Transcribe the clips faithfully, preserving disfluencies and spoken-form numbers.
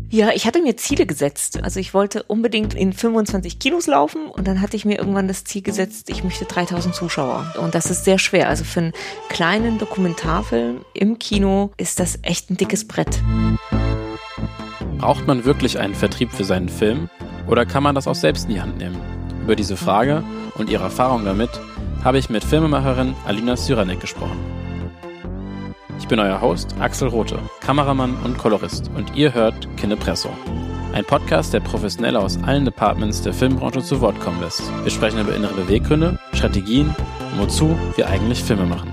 Ja, ich hatte mir Ziele gesetzt. Also ich wollte unbedingt in fünfundzwanzig Kinos laufen und dann hatte ich mir irgendwann das Ziel gesetzt, ich möchte dreitausend Zuschauer. Und das ist sehr schwer. Also für einen kleinen Dokumentarfilm im Kino ist das echt ein dickes Brett. Braucht man wirklich einen Vertrieb für seinen Film oder kann man das auch selbst in die Hand nehmen? Über diese Frage und ihre Erfahrung damit habe ich mit Filmemacherin Alina Syranek gesprochen. Ich bin euer Host Axel Rothe, Kameramann und Kolorist und ihr hört Kinepresso. Ein Podcast, der Professionelle aus allen Departments der Filmbranche zu Wort kommen lässt. Wir sprechen über innere Beweggründe, Strategien und wozu wir eigentlich Filme machen.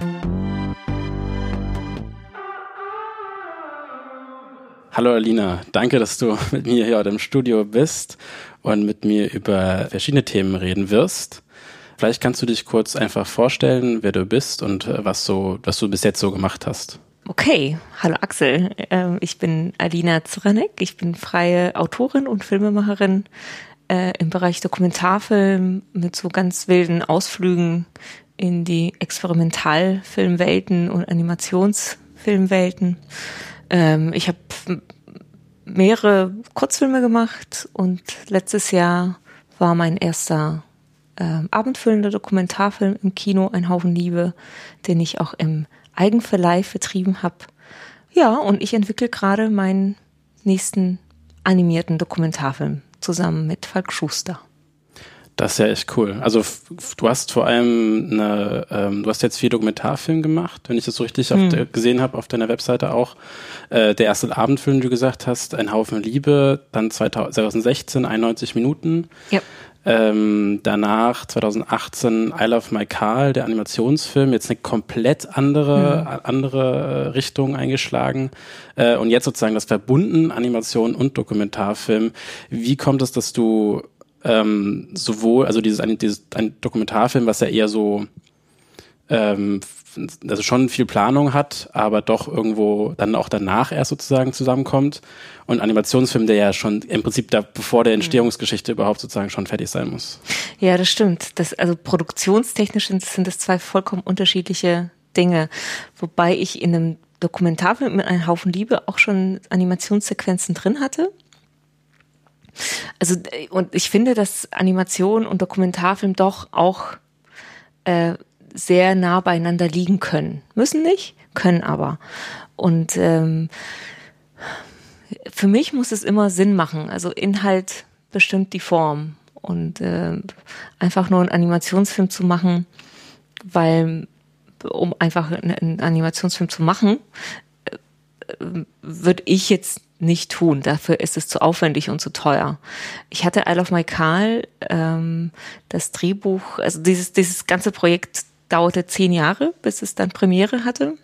Hallo Alina, danke, dass du mit mir hier heute im Studio bist und mit mir über verschiedene Themen reden wirst. Vielleicht kannst du dich kurz einfach vorstellen, wer du bist und was, so, was du bis jetzt so gemacht hast. Okay, hallo Axel. Ich bin Alina Syranek. Ich bin freie Autorin und Filmemacherin äh, im Bereich Dokumentarfilm mit so ganz wilden Ausflügen in die Experimentalfilmwelten und Animationsfilmwelten. Ähm, ich habe mehrere Kurzfilme gemacht und letztes Jahr war mein erster Ähm, abendfüllender Dokumentarfilm im Kino, Ein Haufen Liebe, den ich auch im Eigenverleih vertrieben habe. Ja, und ich entwickle gerade meinen nächsten animierten Dokumentarfilm zusammen mit Falk Schuster. Das ist ja echt cool. Also f- du hast vor allem eine, ähm, du hast jetzt vier Dokumentarfilme gemacht, wenn ich das so richtig hm. auf de- gesehen habe auf deiner Webseite auch. Äh, der erste Abendfilm, den du gesagt hast, Ein Haufen Liebe, dann zwanzig sechzehn, einundneunzig Minuten. Ja. Ähm, danach zwanzig achtzehn I Love My Carl, der Animationsfilm, jetzt eine komplett andere, hm. andere Richtung eingeschlagen. Äh, und jetzt sozusagen das Verbunden Animation und Dokumentarfilm. Wie kommt es, dass du ähm, sowohl, also dieses, dieses ein Dokumentarfilm, was ja eher so ähm, also schon viel Planung hat, aber doch irgendwo dann auch danach erst sozusagen zusammenkommt. Und Animationsfilm, der ja schon im Prinzip da, bevor der Entstehungsgeschichte überhaupt sozusagen schon fertig sein muss. Ja, das stimmt. Das, also produktionstechnisch sind, sind das zwei vollkommen unterschiedliche Dinge. Wobei ich in einem Dokumentarfilm mit Ein Haufen Liebe auch schon Animationssequenzen drin hatte. Also, und ich finde, dass Animation und Dokumentarfilm doch auch äh, sehr nah beieinander liegen können. Müssen nicht, können aber. Und ähm, für mich muss es immer Sinn machen. Also Inhalt bestimmt die Form. Und äh, einfach nur einen Animationsfilm zu machen, weil, um einfach einen Animationsfilm zu machen, äh, würde ich jetzt nicht tun. Dafür ist es zu aufwendig und zu teuer. Ich hatte I Love My Carl, ähm, das Drehbuch, also dieses, dieses ganze Projekt dauerte zehn Jahre, bis es dann Premiere hatte.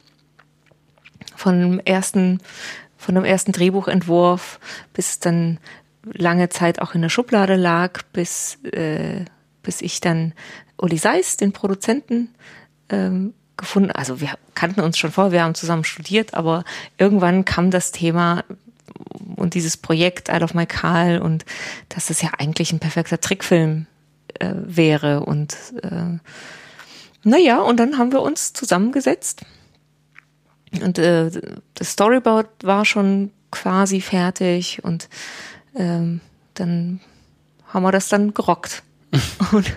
Von dem ersten, von dem ersten Drehbuchentwurf, bis es dann lange Zeit auch in der Schublade lag, bis, äh, bis ich dann Uli Seiss, den Produzenten, ähm, gefunden. Also wir kannten uns schon vorher, wir haben zusammen studiert, aber irgendwann kam das Thema und dieses Projekt I Love My Carl und dass es ja eigentlich ein perfekter Trickfilm äh, wäre und äh, naja, und dann haben wir uns zusammengesetzt und äh, das Storyboard war schon quasi fertig und ähm, dann haben wir das dann gerockt. und,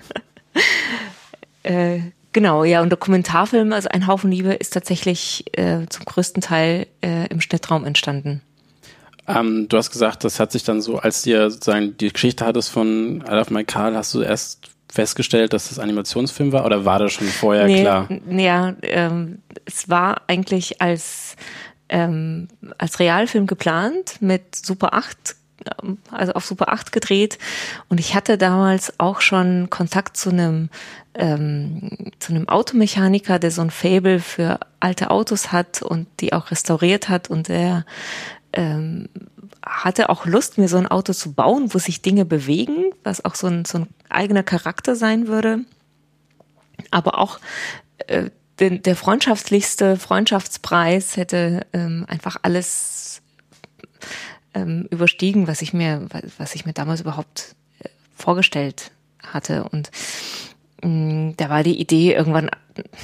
äh, genau, ja, und Dokumentarfilm, also Ein Haufen Liebe, ist tatsächlich äh, zum größten Teil äh, im Schnittraum entstanden. Ähm, du hast gesagt, das hat sich dann so, als dir sozusagen die Geschichte hattest von I Love My Carl, hast du erst festgestellt, dass das Animationsfilm war oder war das schon vorher nee, klar? Ja, ähm, es war eigentlich als, ähm, als Realfilm geplant mit Super acht, also auf Super acht gedreht und ich hatte damals auch schon Kontakt zu einem ähm, zu einem Automechaniker, der so ein Faible für alte Autos hat und die auch restauriert hat und der ähm, hatte auch Lust, mir so ein Auto zu bauen, wo sich Dinge bewegen, was auch so ein, so ein eigener Charakter sein würde. Aber auch äh, den, der freundschaftlichste Freundschaftspreis hätte ähm, einfach alles ähm, überstiegen, was ich mir, was ich mir damals überhaupt äh, vorgestellt hatte. Und mh, da war die Idee irgendwann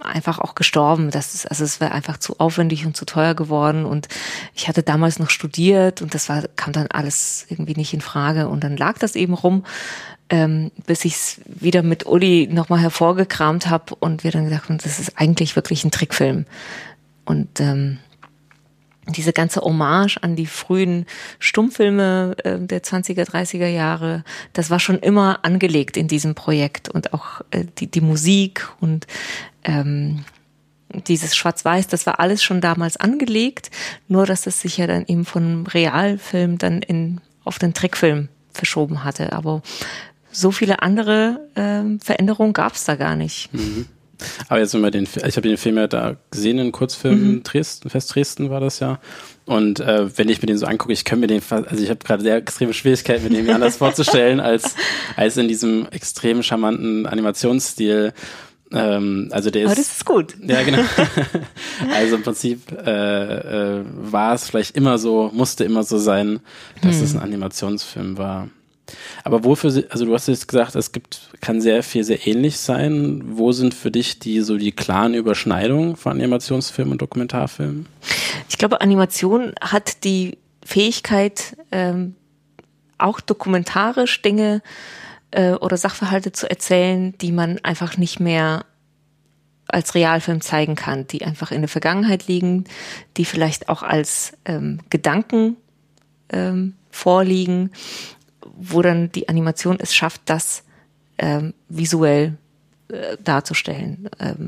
einfach auch gestorben. Das ist, also es wäre einfach zu aufwendig und zu teuer geworden. Und ich hatte damals noch studiert und das war, kam dann alles irgendwie nicht in Frage. Und dann lag das eben rum, ähm, bis ich es wieder mit Uli nochmal hervorgekramt habe und wir dann gesagt haben, das ist eigentlich wirklich ein Trickfilm. Und ähm, diese ganze Hommage an die frühen Stummfilme äh, der zwanziger, dreißiger Jahre, das war schon immer angelegt in diesem Projekt und auch äh, die, die Musik und ähm, dieses Schwarz-Weiß, das war alles schon damals angelegt, nur dass es sich ja dann eben von Realfilm dann in auf den Trickfilm verschoben hatte. Aber so viele andere äh, Veränderungen gab es da gar nicht. Mhm. Aber jetzt wenn wir den, ich habe den Film ja da gesehen, in Kurzfilm mhm. Dresden, Fest Dresden war das ja. Und äh, wenn ich mir den so angucke, ich kann mir den, also ich habe gerade sehr extreme Schwierigkeiten, mir den mir anders vorzustellen, als als in diesem extrem charmanten Animationsstil. Ähm, also der ist. Aber das ist gut. Ja, genau. Also im Prinzip äh, äh, war es vielleicht immer so, musste immer so sein, dass mhm. es ein Animationsfilm war. Aber wofür, also du hast jetzt gesagt, es gibt, kann sehr viel sehr ähnlich sein. Wo sind für dich die so die klaren Überschneidungen von Animationsfilmen und Dokumentarfilmen? Ich glaube, Animation hat die Fähigkeit, ähm, auch dokumentarisch Dinge äh, oder Sachverhalte zu erzählen, die man einfach nicht mehr als Realfilm zeigen kann, die einfach in der Vergangenheit liegen, die vielleicht auch als ähm, Gedanken ähm, vorliegen, wo dann die Animation es schafft, das ähm, visuell äh, darzustellen. Ähm,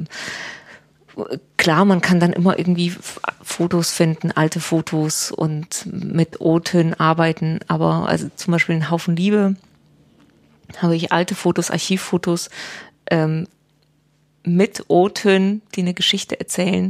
klar, man kann dann immer irgendwie F- Fotos finden, alte Fotos und mit O-Tönen arbeiten, aber also zum Beispiel in Haufen Liebe habe ich alte Fotos, Archivfotos ähm, mit O-Tönen, die eine Geschichte erzählen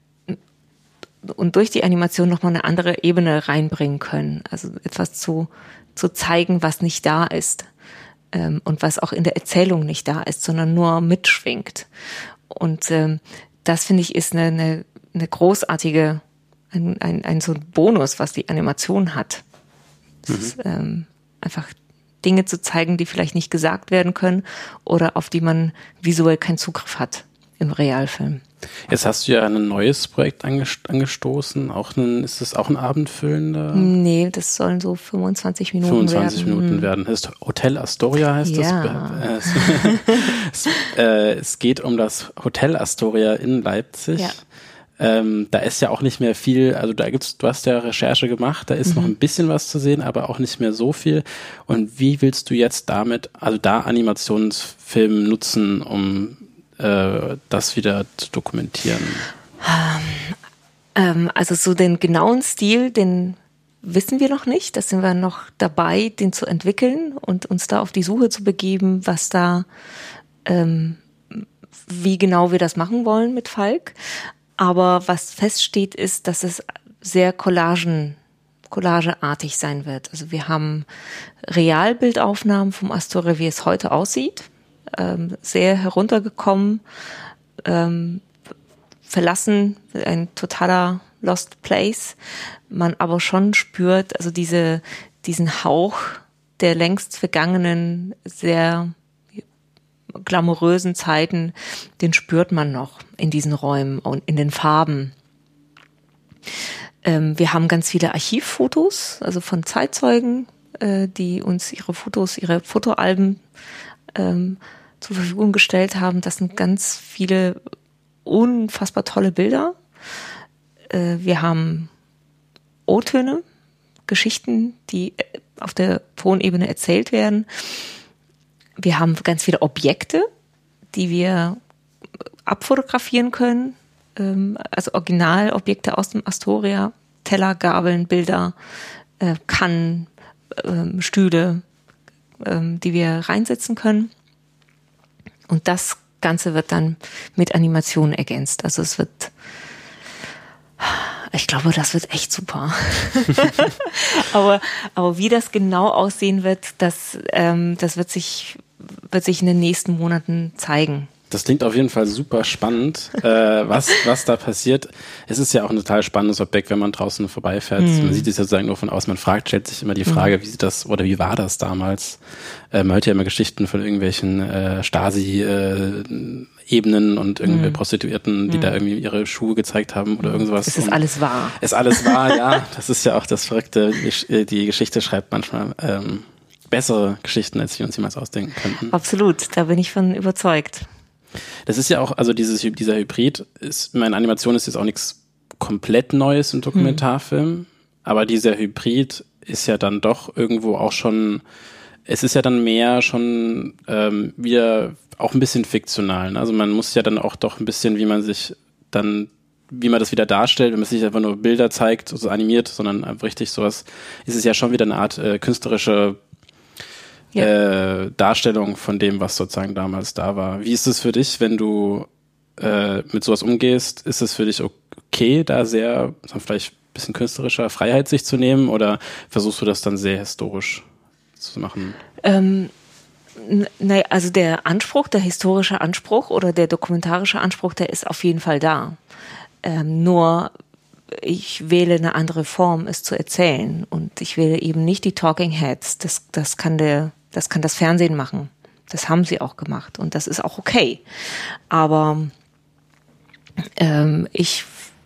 und durch die Animation nochmal eine andere Ebene reinbringen können. Also etwas zu zu zeigen, was nicht da ist ähm, und was auch in der Erzählung nicht da ist, sondern nur mitschwingt. Und ähm, das, finde ich, ist eine, eine, eine großartige, ein, ein, ein so ein Bonus, was die Animation hat. Das mhm. ist, ähm, einfach Dinge zu zeigen, die vielleicht nicht gesagt werden können oder auf die man visuell keinen Zugriff hat im Realfilm. Jetzt hast du ja ein neues Projekt angestoßen. Auch ein, ist das auch ein abendfüllender? Nee, das sollen so fünfundzwanzig Minuten fünfundzwanzig werden. Minuten werden. Das ist Hotel Astoria heißt ja. das. Es, äh, es geht um das Hotel Astoria in Leipzig. Ja. Ähm, da ist ja auch nicht mehr viel, also da gibt's, du hast ja Recherche gemacht, da ist mhm. noch ein bisschen was zu sehen, aber auch nicht mehr so viel. Und wie willst du jetzt damit, also da Animationsfilm nutzen, um das wieder zu dokumentieren? Ähm, also so den genauen Stil, den wissen wir noch nicht. Da sind wir noch dabei, den zu entwickeln und uns da auf die Suche zu begeben, was da, ähm, wie genau wir das machen wollen mit Falk. Aber was feststeht, ist, dass es sehr Collagen, collageartig sein wird. Also wir haben Realbildaufnahmen vom Astoria, wie es heute aussieht. Ähm, sehr heruntergekommen, ähm, verlassen, ein totaler Lost Place. Man aber schon spürt, also diese, diesen Hauch der längst vergangenen, sehr glamourösen Zeiten, den spürt man noch in diesen Räumen und in den Farben. Ähm, wir haben ganz viele Archivfotos, also von Zeitzeugen, äh, die uns ihre Fotos, ihre Fotoalben ähm, zur Verfügung gestellt haben. Das sind ganz viele unfassbar tolle Bilder. Äh, wir haben O-Töne, Geschichten, die auf der Tonebene erzählt werden. Wir haben ganz viele Objekte, die wir abfotografieren können. Ähm, also Originalobjekte aus dem Astoria, Teller, Gabeln, Bilder, äh, Kannen, äh, Stühle, äh, die wir reinsetzen können. Und das Ganze wird dann mit Animation ergänzt. Also es wird, ich glaube, das wird echt super. aber, aber wie das genau aussehen wird, das, ähm, das wird sich, wird sich in den nächsten Monaten zeigen. Das klingt auf jeden Fall super spannend, äh, was was da passiert. Es ist ja auch ein total spannendes Objekt, wenn man draußen vorbeifährt. Mhm. Man sieht es ja sozusagen nur von außen. Man fragt, stellt sich immer die Frage, mhm. wie sieht das oder wie war das damals? Äh, man hört ja immer Geschichten von irgendwelchen äh, Stasi-Ebenen äh, und irgendwelche mhm. Prostituierten, die mhm. da irgendwie ihre Schuhe gezeigt haben oder irgendwas. Es ist und alles wahr. Es ist alles wahr, ja. Das ist ja auch das Verrückte. Die, die Geschichte schreibt manchmal ähm, bessere Geschichten, als wir uns jemals ausdenken könnten. Absolut, da bin ich von überzeugt. Das ist ja auch, also dieses, dieser Hybrid ist, meine Animation ist jetzt auch nichts komplett Neues im Dokumentarfilm, hm. aber dieser Hybrid ist ja dann doch irgendwo auch schon, es ist ja dann mehr schon ähm, wieder auch ein bisschen fiktional. Ne? Also man muss ja dann auch doch ein bisschen, wie man sich dann, wie man das wieder darstellt, wenn man sich einfach nur Bilder zeigt, so animiert, sondern einfach richtig sowas, ist es ja schon wieder eine Art äh, künstlerische Ja. Äh, Darstellung von dem, was sozusagen damals da war. Wie ist es für dich, wenn du äh, mit sowas umgehst? Ist es für dich okay, da sehr, vielleicht ein bisschen künstlerischer Freiheit sich zu nehmen, oder versuchst du das dann sehr historisch zu machen? Ähm, naja, also der Anspruch, der historische Anspruch oder der dokumentarische Anspruch, der ist auf jeden Fall da. Ähm, nur ich wähle eine andere Form, es zu erzählen, und ich wähle eben nicht die Talking Heads. Das, das kann der Das kann das Fernsehen machen. Das haben sie auch gemacht und das ist auch okay. Aber ähm, ich,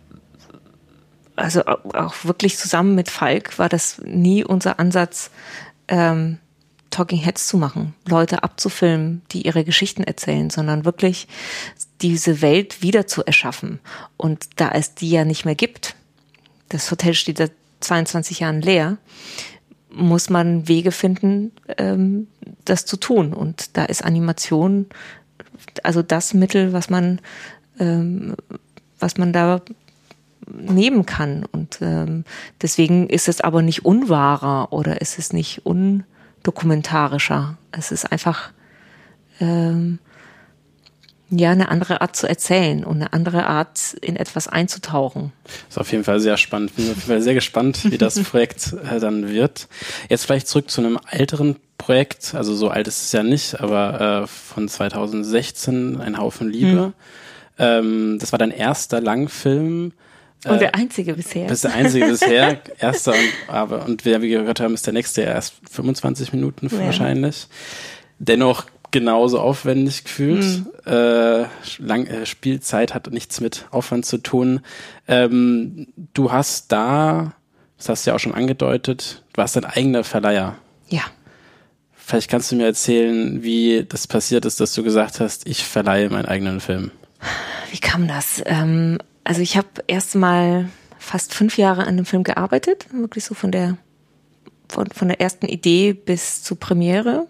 also auch wirklich zusammen mit Falk war das nie unser Ansatz, ähm, Talking Heads zu machen, Leute abzufilmen, die ihre Geschichten erzählen, sondern wirklich diese Welt wieder zu erschaffen. Und da es die ja nicht mehr gibt, das Hotel steht seit zweiundzwanzig Jahren leer, muss man Wege finden, ähm, das zu tun. Und da ist Animation also das Mittel, was man, ähm, was man da nehmen kann. Und ähm, deswegen ist es aber nicht unwahrer oder ist es nicht undokumentarischer. Es ist einfach ähm, ja eine andere Art zu erzählen und eine andere Art, in etwas einzutauchen. Das ist auf jeden Fall sehr spannend. Bin auf jeden Fall sehr gespannt, wie das Projekt äh, dann wird. Jetzt vielleicht zurück zu einem älteren Projekt. Also so alt ist es ja nicht, aber äh, von zweitausendsechzehn, Ein Haufen Liebe. Hm. Ähm, das war dein erster Langfilm. Und der einzige bisher. Das ist der einzige bisher. Erster und, aber, und wie wir gehört haben, ist der nächste erst fünfundzwanzig Minuten ja. wahrscheinlich. Dennoch genauso aufwendig gefühlt. Mhm. Äh, lang, äh, Spielzeit hat nichts mit Aufwand zu tun. Ähm, du hast da, das hast du ja auch schon angedeutet, du warst dein eigener Verleiher. Ja. Vielleicht kannst du mir erzählen, wie das passiert ist, dass du gesagt hast, ich verleihe meinen eigenen Film. Wie kam das? Ähm, also ich habe erst mal fast fünf Jahre an dem Film gearbeitet, wirklich so von der von, von der ersten Idee bis zur Premiere.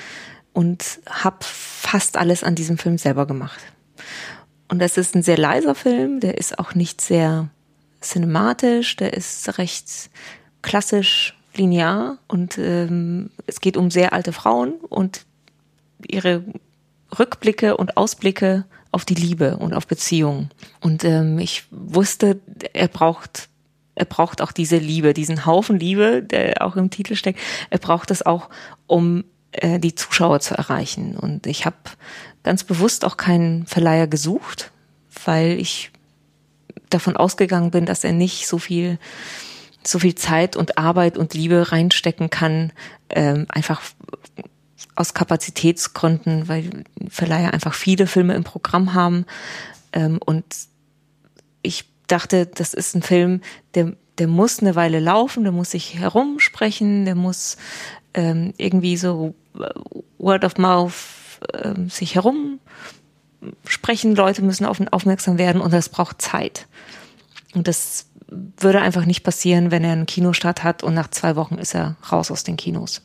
Und habe fast alles an diesem Film selber gemacht. Und das ist ein sehr leiser Film, der ist auch nicht sehr cinematisch, der ist recht klassisch, linear, und ähm, es geht um sehr alte Frauen und ihre Rückblicke und Ausblicke auf die Liebe und auf Beziehungen. Und ähm, ich wusste, er braucht er braucht auch diese Liebe, diesen Haufen Liebe, der auch im Titel steckt. Er braucht es auch, um die Zuschauer zu erreichen. Und ich habe ganz bewusst auch keinen Verleiher gesucht, weil ich davon ausgegangen bin, dass er nicht so viel, so viel Zeit und Arbeit und Liebe reinstecken kann, ähm, einfach aus Kapazitätsgründen, weil Verleiher einfach viele Filme im Programm haben. Ähm, und ich dachte, das ist ein Film, der, der muss eine Weile laufen, der muss sich herumsprechen, der muss ähm, irgendwie so Word of Mouth äh, sich herum sprechen, Leute müssen auf ihn aufmerksam werden, und das braucht Zeit. Und das würde einfach nicht passieren, wenn er einen Kinostart hat und nach zwei Wochen ist er raus aus den Kinos.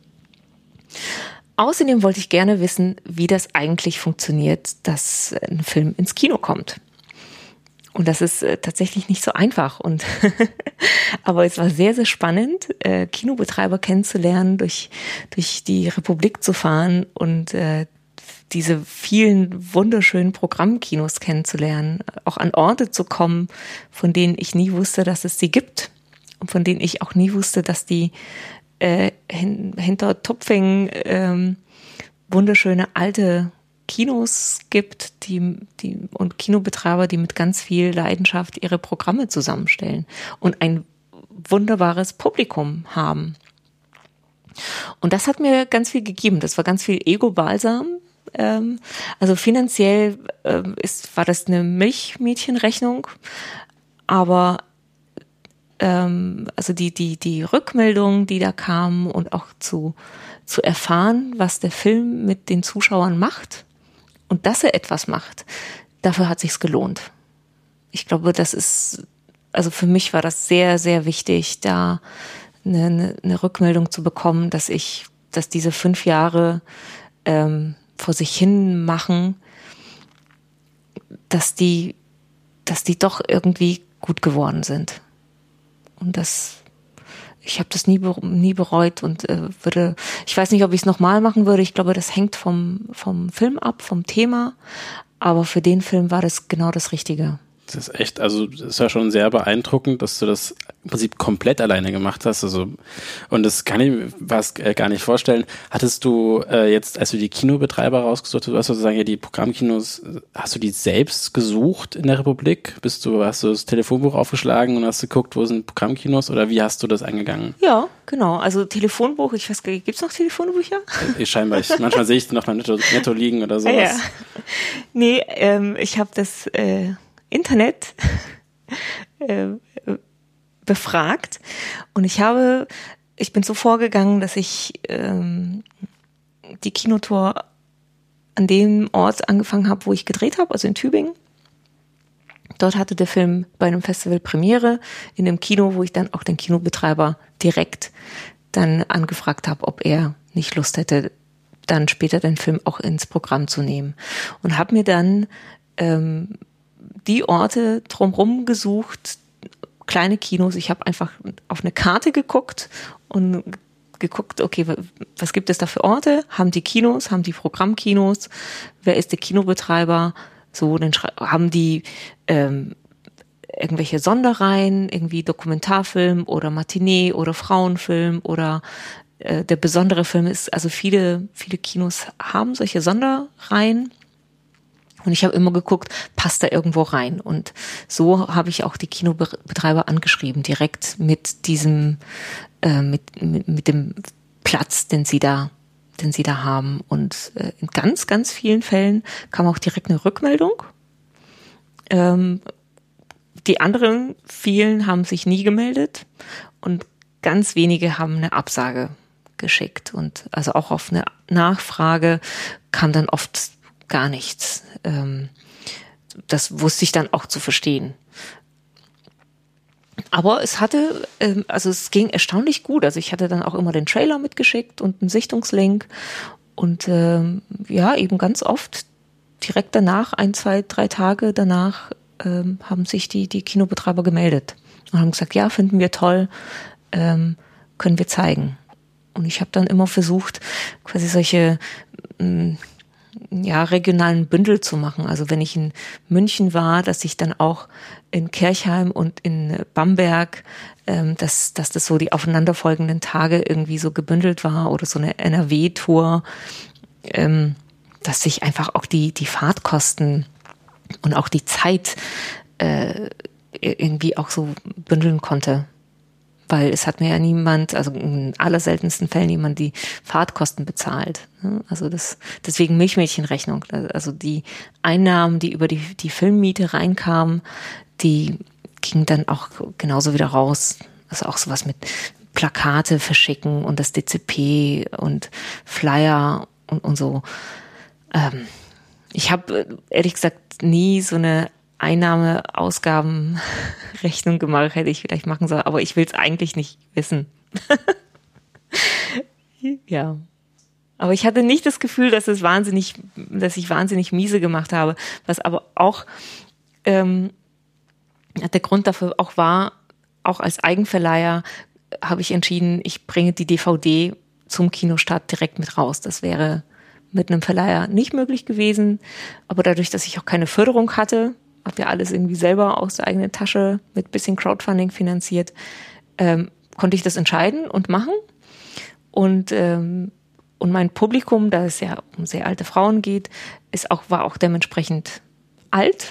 Außerdem wollte ich gerne wissen, wie das eigentlich funktioniert, dass ein Film ins Kino kommt. Und das ist äh, tatsächlich nicht so einfach. Und aber es war sehr, sehr spannend, äh, Kinobetreiber kennenzulernen, durch, durch die Republik zu fahren und äh, diese vielen wunderschönen Programmkinos kennenzulernen, auch an Orte zu kommen, von denen ich nie wusste, dass es sie gibt und von denen ich auch nie wusste, dass die äh, hin, hinter Topfingen ähm, wunderschöne alte Kinos gibt, die, die und Kinobetreiber, die mit ganz viel Leidenschaft ihre Programme zusammenstellen und ein wunderbares Publikum haben. Und das hat mir ganz viel gegeben. Das war ganz viel Ego-Balsam. Ähm, also finanziell ähm, ist, war das eine Milchmädchenrechnung, aber ähm, also die die die Rückmeldungen, die da kamen und auch zu zu erfahren, was der Film mit den Zuschauern macht und dass er etwas macht, dafür hat sich's gelohnt. Ich glaube, das ist, also für mich war das sehr, sehr wichtig, da eine, eine, eine Rückmeldung zu bekommen, dass ich, dass diese fünf Jahre ähm, vor sich hin machen, dass die, dass die doch irgendwie gut geworden sind. Und das, ich habe das nie, nie bereut und äh, würde, ich weiß nicht, ob ich es nochmal machen würde. Ich glaube, das hängt vom, vom Film ab, vom Thema. Aber für den Film war das genau das Richtige. Das ist echt, also das ist ja schon sehr beeindruckend, dass du das im Prinzip komplett alleine gemacht hast. Also, und das kann ich mir fast äh, gar nicht vorstellen. Hattest du äh, jetzt, als du die Kinobetreiber rausgesucht hast, du hast sozusagen ja die Programmkinos, hast du die selbst gesucht in der Republik? Bist du, hast du das Telefonbuch aufgeschlagen und hast geguckt, wo sind Programmkinos oder wie hast du das angegangen? Ja, genau. Also Telefonbuch, ich weiß gar nicht, gibt's noch Telefonbücher? Ich scheinbar, ich, manchmal sehe ich die noch mal netto, netto liegen oder sowas. Ja. Nee, ähm, ich habe das äh, Internet äh, befragt und ich habe, ich bin so vorgegangen, dass ich ähm, die Kinotour an dem Ort angefangen habe, wo ich gedreht habe, also in Tübingen. Dort hatte der Film bei einem Festival Premiere in einem Kino, wo ich dann auch den Kinobetreiber direkt dann angefragt habe, ob er nicht Lust hätte, dann später den Film auch ins Programm zu nehmen. Und habe mir dann ähm, die Orte drumherum gesucht, kleine Kinos. Ich habe einfach auf eine Karte geguckt und geguckt, okay, was gibt es da für Orte? Haben die Kinos? Haben die Programmkinos? Wer ist der Kinobetreiber? So, dann haben die ähm, irgendwelche Sonderreihen, irgendwie Dokumentarfilm oder Matinee oder Frauenfilm oder äh, der besondere Film ist, also viele, viele Kinos haben solche Sonderreihen. Und ich habe immer geguckt, passt da irgendwo rein? Und so habe ich auch die Kinobetreiber angeschrieben, direkt mit diesem, äh, mit, mit, mit dem Platz, den sie da, den sie da haben. Und äh, in ganz, ganz vielen Fällen kam auch direkt eine Rückmeldung. Ähm, die anderen vielen haben sich nie gemeldet und ganz wenige haben eine Absage geschickt. Und also auch auf eine Nachfrage kam dann oft gar nichts. Das wusste ich dann auch zu verstehen. Aber es hatte, also es ging erstaunlich gut. Also ich hatte dann auch immer den Trailer mitgeschickt und einen Sichtungslink. Und ja, eben ganz oft direkt danach, ein, zwei, drei Tage danach, haben sich die, die Kinobetreiber gemeldet und haben gesagt, ja, finden wir toll, können wir zeigen. Und ich habe dann immer versucht, quasi solche ja, regionalen Bündel zu machen. Also wenn ich in München war, dass ich dann auch in Kirchheim und in Bamberg, ähm, dass, dass das so die aufeinanderfolgenden Tage irgendwie so gebündelt war oder so eine N R W-Tour, ähm, dass sich einfach auch die, die Fahrtkosten und auch die Zeit äh, irgendwie auch so bündeln konnte. Weil es hat mir ja niemand, also in allerseltensten Fällen niemand die Fahrtkosten bezahlt. Also das, deswegen Milchmädchenrechnung. Also die Einnahmen, die über die, die Filmmiete reinkamen, die gingen dann auch genauso wieder raus. Also auch sowas mit Plakate verschicken und das D Z P und Flyer und, und so. Ähm, ich habe ehrlich gesagt nie so eine Einnahme-Ausgaben-Rechnung gemacht, hätte ich vielleicht machen sollen, aber ich will es eigentlich nicht wissen. Ja. Aber ich hatte nicht das Gefühl, dass es wahnsinnig, dass ich wahnsinnig miese gemacht habe, was aber auch ähm, der Grund dafür auch war, auch als Eigenverleiher habe ich entschieden, ich bringe die D V D zum Kinostart direkt mit raus. Das wäre mit einem Verleiher nicht möglich gewesen, aber dadurch, dass ich auch keine Förderung hatte, habe ja alles irgendwie selber aus der eigenen Tasche mit bisschen Crowdfunding finanziert, ähm, konnte ich das entscheiden und machen. Und ähm, und mein Publikum, da es ja um sehr alte Frauen geht, ist auch, war auch dementsprechend alt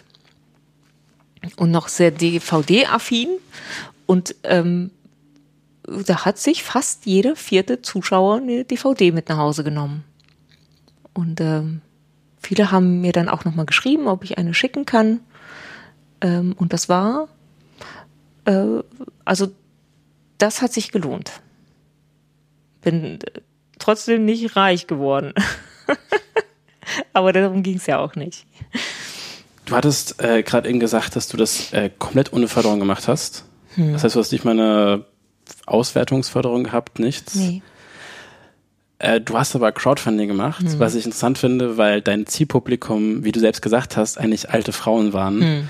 und noch sehr D V D-affin. Und ähm, da hat sich fast jeder vierte Zuschauer eine D V D mit nach Hause genommen. Und ähm, viele haben mir dann auch nochmal geschrieben, ob ich eine schicken kann. Ähm, und das war, äh, also das hat sich gelohnt. Bin trotzdem nicht reich geworden. Aber darum ging es ja auch nicht. Du hattest äh, gerade eben gesagt, dass du das äh, komplett ohne Förderung gemacht hast. Hm. Das heißt, du hast nicht mal eine Auswertungsförderung gehabt, nichts? Nee. Äh, du hast aber Crowdfunding gemacht, hm. was ich interessant finde, weil dein Zielpublikum, wie du selbst gesagt hast, eigentlich alte Frauen waren. Hm.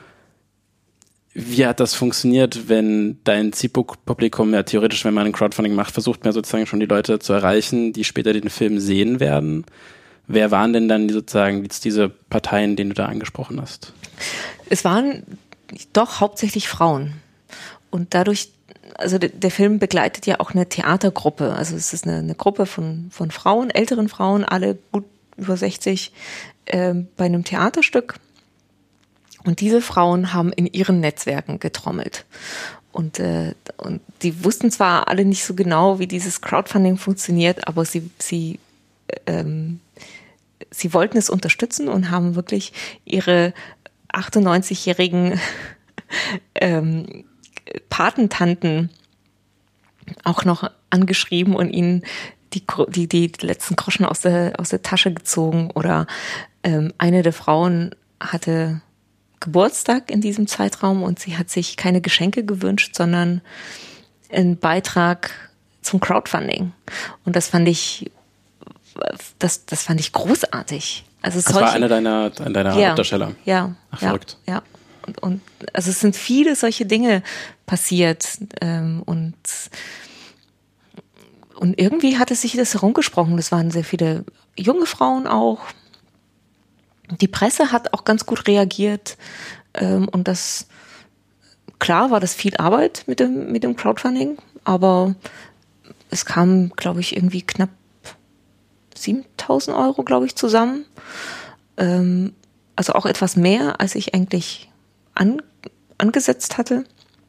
Wie hat das funktioniert, wenn dein Zielpublikum ja theoretisch, wenn man ein Crowdfunding macht, versucht man sozusagen schon die Leute zu erreichen, die später den Film sehen werden? Wer waren denn dann sozusagen jetzt diese Parteien, denen du da angesprochen hast? Es waren doch hauptsächlich Frauen. Und dadurch, also der, der Film begleitet ja auch eine Theatergruppe. Also es ist eine, eine Gruppe von, von Frauen, älteren Frauen, alle gut über sechzig, äh, bei einem Theaterstück. Und diese Frauen haben in ihren Netzwerken getrommelt. Und, äh, und die wussten zwar alle nicht so genau, wie dieses Crowdfunding funktioniert, aber sie, sie, ähm, sie wollten es unterstützen und haben wirklich ihre achtundneunzigjährigen ähm, Patentanten auch noch angeschrieben und ihnen die, die, die letzten Groschen aus der, aus der Tasche gezogen. Oder ähm, eine der Frauen hatte Geburtstag in diesem Zeitraum und sie hat sich keine Geschenke gewünscht, sondern einen Beitrag zum Crowdfunding. Und das fand ich, das, das fand ich großartig. Also das solche, war einer deiner, deiner ja, Hauptdarsteller. Ja, Ach, ja, verrückt. Ja. Und, und also es sind viele solche Dinge passiert ähm, und und irgendwie hat es sich das herumgesprochen. Das waren sehr viele junge Frauen auch. Die Presse hat auch ganz gut reagiert ähm, und das, klar war das viel Arbeit mit dem, mit dem Crowdfunding, aber es kamen, glaube ich, irgendwie knapp siebentausend Euro, glaube ich, zusammen. Ähm, also auch etwas mehr, als ich eigentlich an, angesetzt hatte.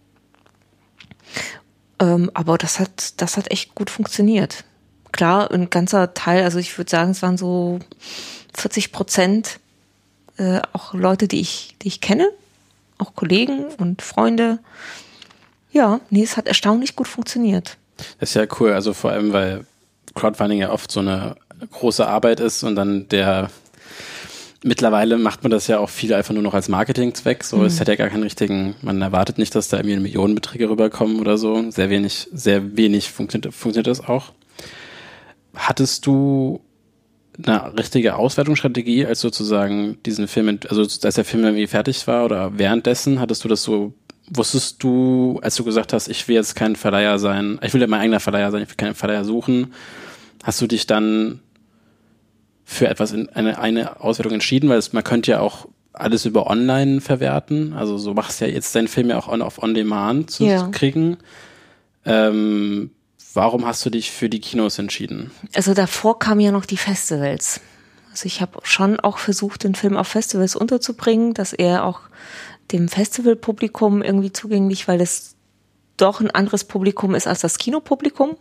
Ähm, aber das hat, das hat echt gut funktioniert. Klar, ein ganzer Teil, also ich würde sagen, es waren so vierzig Prozent Äh, auch Leute, die ich, die ich kenne, auch Kollegen und Freunde. Ja, nee, es hat erstaunlich gut funktioniert. Das ist ja cool, also vor allem, weil Crowdfunding ja oft so eine große Arbeit ist und dann der, mittlerweile macht man das ja auch viel einfach nur noch als Marketingzweck, so, es mhm. hat ja gar keinen richtigen, man erwartet nicht, dass da irgendwie Millionenbeträge rüberkommen oder so, sehr wenig, sehr wenig funktioniert, funktioniert das auch. Hattest du eine richtige Auswertungsstrategie, als sozusagen diesen Film, also als der Film irgendwie fertig war oder währenddessen, hattest du das so, wusstest du, als du gesagt hast, ich will jetzt kein Verleiher sein, ich will ja mein eigener Verleiher sein, ich will keinen Verleiher suchen, hast du dich dann für etwas in eine, eine Auswertung entschieden, weil es, man könnte ja auch alles über online verwerten, also so machst du ja jetzt deinen Film ja auch on, auf On-Demand zu ja. kriegen. Ähm, Warum hast du dich für die Kinos entschieden? Also davor kamen ja noch die Festivals. Also ich habe schon auch versucht, den Film auf Festivals unterzubringen, dass er auch dem Festivalpublikum irgendwie zugänglich, weil es doch ein anderes Publikum ist als das Kinopublikum.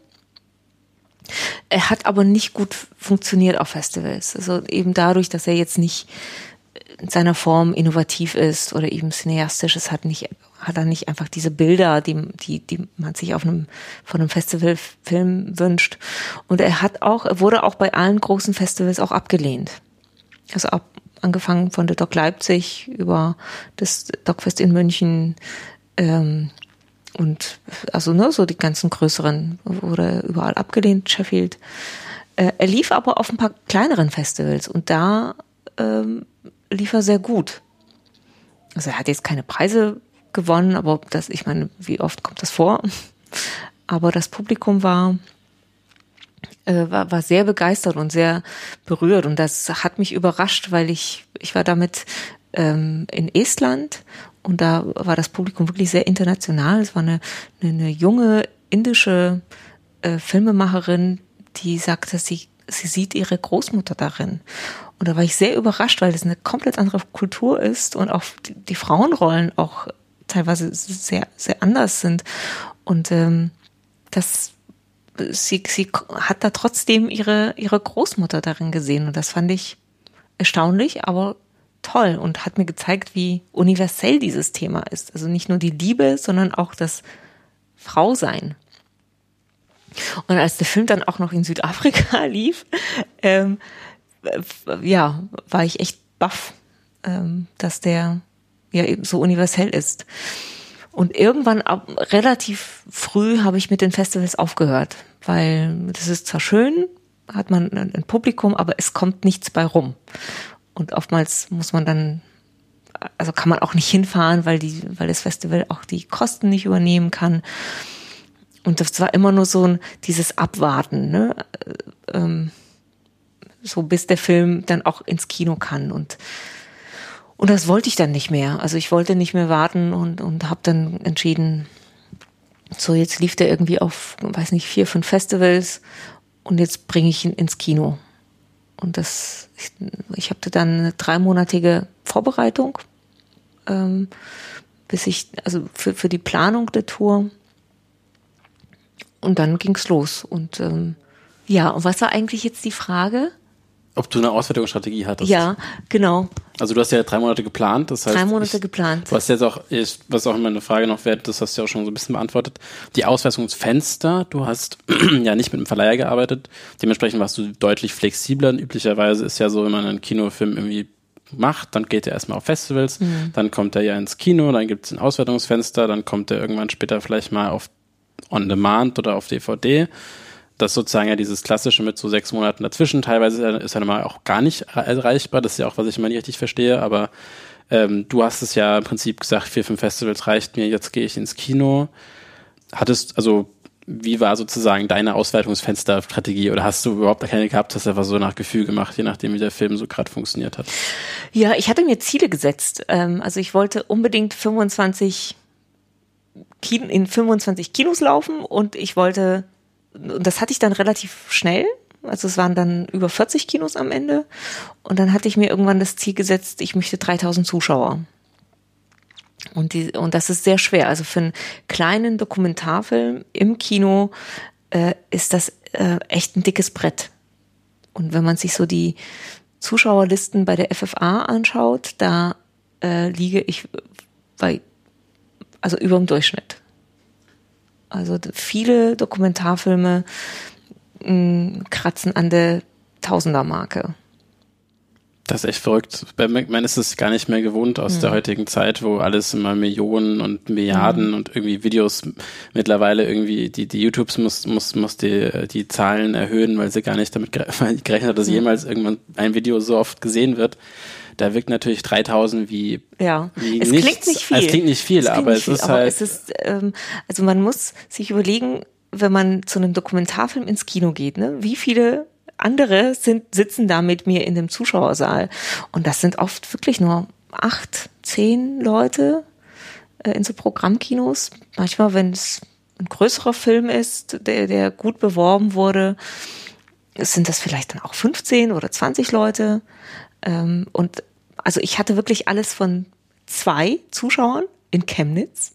Er hat aber nicht gut funktioniert auf Festivals. Also eben dadurch, dass er jetzt nicht in seiner Form innovativ ist oder eben cineastisch. Es hat nicht, hat er nicht einfach diese Bilder, die, die, die man sich auf einem, von einem Festivalfilm wünscht. Und er hat auch, er wurde auch bei allen großen Festivals auch abgelehnt. Also ab, angefangen von der Doc Leipzig über das Docfest in München, ähm, und, also, ne, so die ganzen größeren wurde überall abgelehnt, Sheffield. Äh, er lief aber auf ein paar kleineren Festivals und da, ähm, lief er sehr gut. Also er hat jetzt keine Preise gewonnen, aber das, ich meine, wie oft kommt das vor? Aber das Publikum war, äh, war, war sehr begeistert und sehr berührt und das hat mich überrascht, weil ich, ich war damit ähm, in Estland und da war das Publikum wirklich sehr international. Es war eine, eine, eine junge indische äh, Filmemacherin, die sagte, sie, sie sieht ihre Großmutter darin. Und da war ich sehr überrascht, weil das eine komplett andere Kultur ist und auch die, die Frauenrollen auch teilweise sehr, sehr anders sind. Und ähm, das, sie, sie hat da trotzdem ihre, ihre Großmutter darin gesehen. Und das fand ich erstaunlich, aber toll und hat mir gezeigt, wie universell dieses Thema ist. Also nicht nur die Liebe, sondern auch das Frausein. Und als der Film dann auch noch in Südafrika lief, ähm, ja, war ich echt baff, ähm, dass der ja eben so universell ist. Und irgendwann ab, relativ früh habe ich mit den Festivals aufgehört, weil das ist zwar schön, hat man ein, ein Publikum, aber es kommt nichts bei rum. Und oftmals muss man dann, also kann man auch nicht hinfahren, weil die, weil das Festival auch die Kosten nicht übernehmen kann. Und das war immer nur so ein, dieses Abwarten, ne? Ähm, so bis der Film dann auch ins Kino kann. Und, und das wollte ich dann nicht mehr. Also ich wollte nicht mehr warten und, und habe dann entschieden, so jetzt lief der irgendwie auf, weiß nicht, vier, fünf Festivals und jetzt bringe ich ihn ins Kino. Und das, ich, ich hatte dann eine dreimonatige Vorbereitung, ähm, bis ich, also für, für die Planung der Tour. Und dann ging's los. Und ähm, ja, und was war eigentlich jetzt die Frage? Ob du eine Auswertungsstrategie hattest. Ja, genau. Also du hast ja drei Monate geplant. Das heißt, drei Monate ich, geplant. Du hast jetzt auch, ich, was auch immer eine Frage noch wert, das hast du ja auch schon so ein bisschen beantwortet. Die Auswertungsfenster, du hast ja nicht mit einem Verleiher gearbeitet. Dementsprechend warst du deutlich flexibler. Üblicherweise ist ja so, wenn man einen Kinofilm irgendwie macht, dann geht er erstmal auf Festivals, mhm. dann kommt er ja ins Kino, dann gibt es ein Auswertungsfenster, dann kommt er irgendwann später vielleicht mal auf On Demand oder auf D V D. Das sozusagen ja dieses Klassische mit so sechs Monaten dazwischen. Teilweise ist er normal auch gar nicht erreichbar. Das ist ja auch, was ich immer nicht richtig verstehe. Aber ähm, du hast es ja im Prinzip gesagt, vier, fünf Festivals reicht mir, jetzt gehe ich ins Kino. Hattest, also wie war sozusagen deine Auswertungsfensterstrategie? Oder hast du überhaupt keine gehabt, hast du einfach so nach Gefühl gemacht, je nachdem, wie der Film so gerade funktioniert hat? Ja, ich hatte mir Ziele gesetzt. Ähm, also ich wollte unbedingt fünfundzwanzig Kino, in fünfundzwanzig Kinos laufen und ich wollte, und das hatte ich dann relativ schnell, also es waren dann über vierzig Kinos am Ende und dann hatte ich mir irgendwann das Ziel gesetzt, ich möchte dreitausend Zuschauer. Und, die, und das ist sehr schwer, also für einen kleinen Dokumentarfilm im Kino äh, ist das äh, echt ein dickes Brett. Und wenn man sich so die Zuschauerlisten bei der F F A anschaut, da äh, liege ich bei also über dem Durchschnitt. Also viele Dokumentarfilme mh, kratzen an der Tausender-Marke. Das ist echt verrückt. Man ist es gar nicht mehr gewohnt aus mhm. der heutigen Zeit, wo alles immer Millionen und Milliarden mhm. und irgendwie Videos mittlerweile irgendwie, die, die YouTubes muss, muss, muss die, die Zahlen erhöhen, weil sie gar nicht damit gerechnet hat, dass mhm. jemals irgendwann ein Video so oft gesehen wird. Da wirkt natürlich dreitausend wie, ja. wie es nichts. klingt nicht viel. Es klingt nicht viel, es klingt aber nicht es viel, ist aber halt. Es ist, ähm, also man muss sich überlegen, wenn man zu einem Dokumentarfilm ins Kino geht, ne, wie viele andere sind, sitzen da mit mir in dem Zuschauersaal. Und das sind oft wirklich nur acht, zehn Leute äh, in so Programmkinos. Manchmal, wenn es ein größerer Film ist, der, der gut beworben wurde, sind das vielleicht dann auch fünfzehn oder zwanzig Leute. Ähm, und also ich hatte wirklich alles von zwei Zuschauern in Chemnitz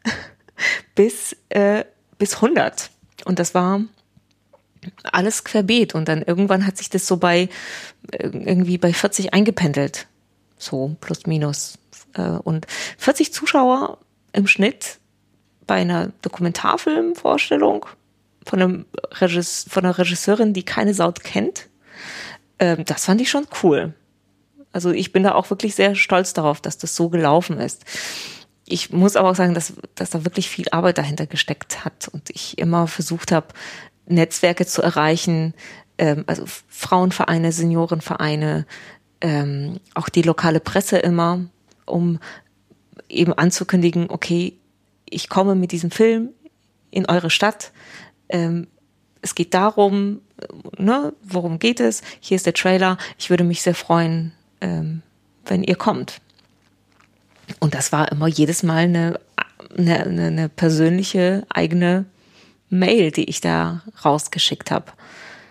bis, äh, bis hundert. Und das war alles querbeet. Und dann irgendwann hat sich das so bei irgendwie bei vierzig eingependelt. So plus minus. Und vierzig Zuschauer im Schnitt bei einer Dokumentarfilmvorstellung von einem Regis, von einer Regisseurin, die keine Sau kennt. Das fand ich schon cool. Also ich bin da auch wirklich sehr stolz darauf, dass das so gelaufen ist. Ich muss aber auch sagen, dass, dass da wirklich viel Arbeit dahinter gesteckt hat und ich immer versucht habe, Netzwerke zu erreichen, ähm, also Frauenvereine, Seniorenvereine, ähm, auch die lokale Presse immer, um eben anzukündigen, okay, ich komme mit diesem Film in eure Stadt, ähm, es geht darum, ne, worum geht es, hier ist der Trailer, ich würde mich sehr freuen, ähm, wenn ihr kommt. Und das war immer jedes Mal eine, eine, eine persönliche eigene Mail, die ich da rausgeschickt habe.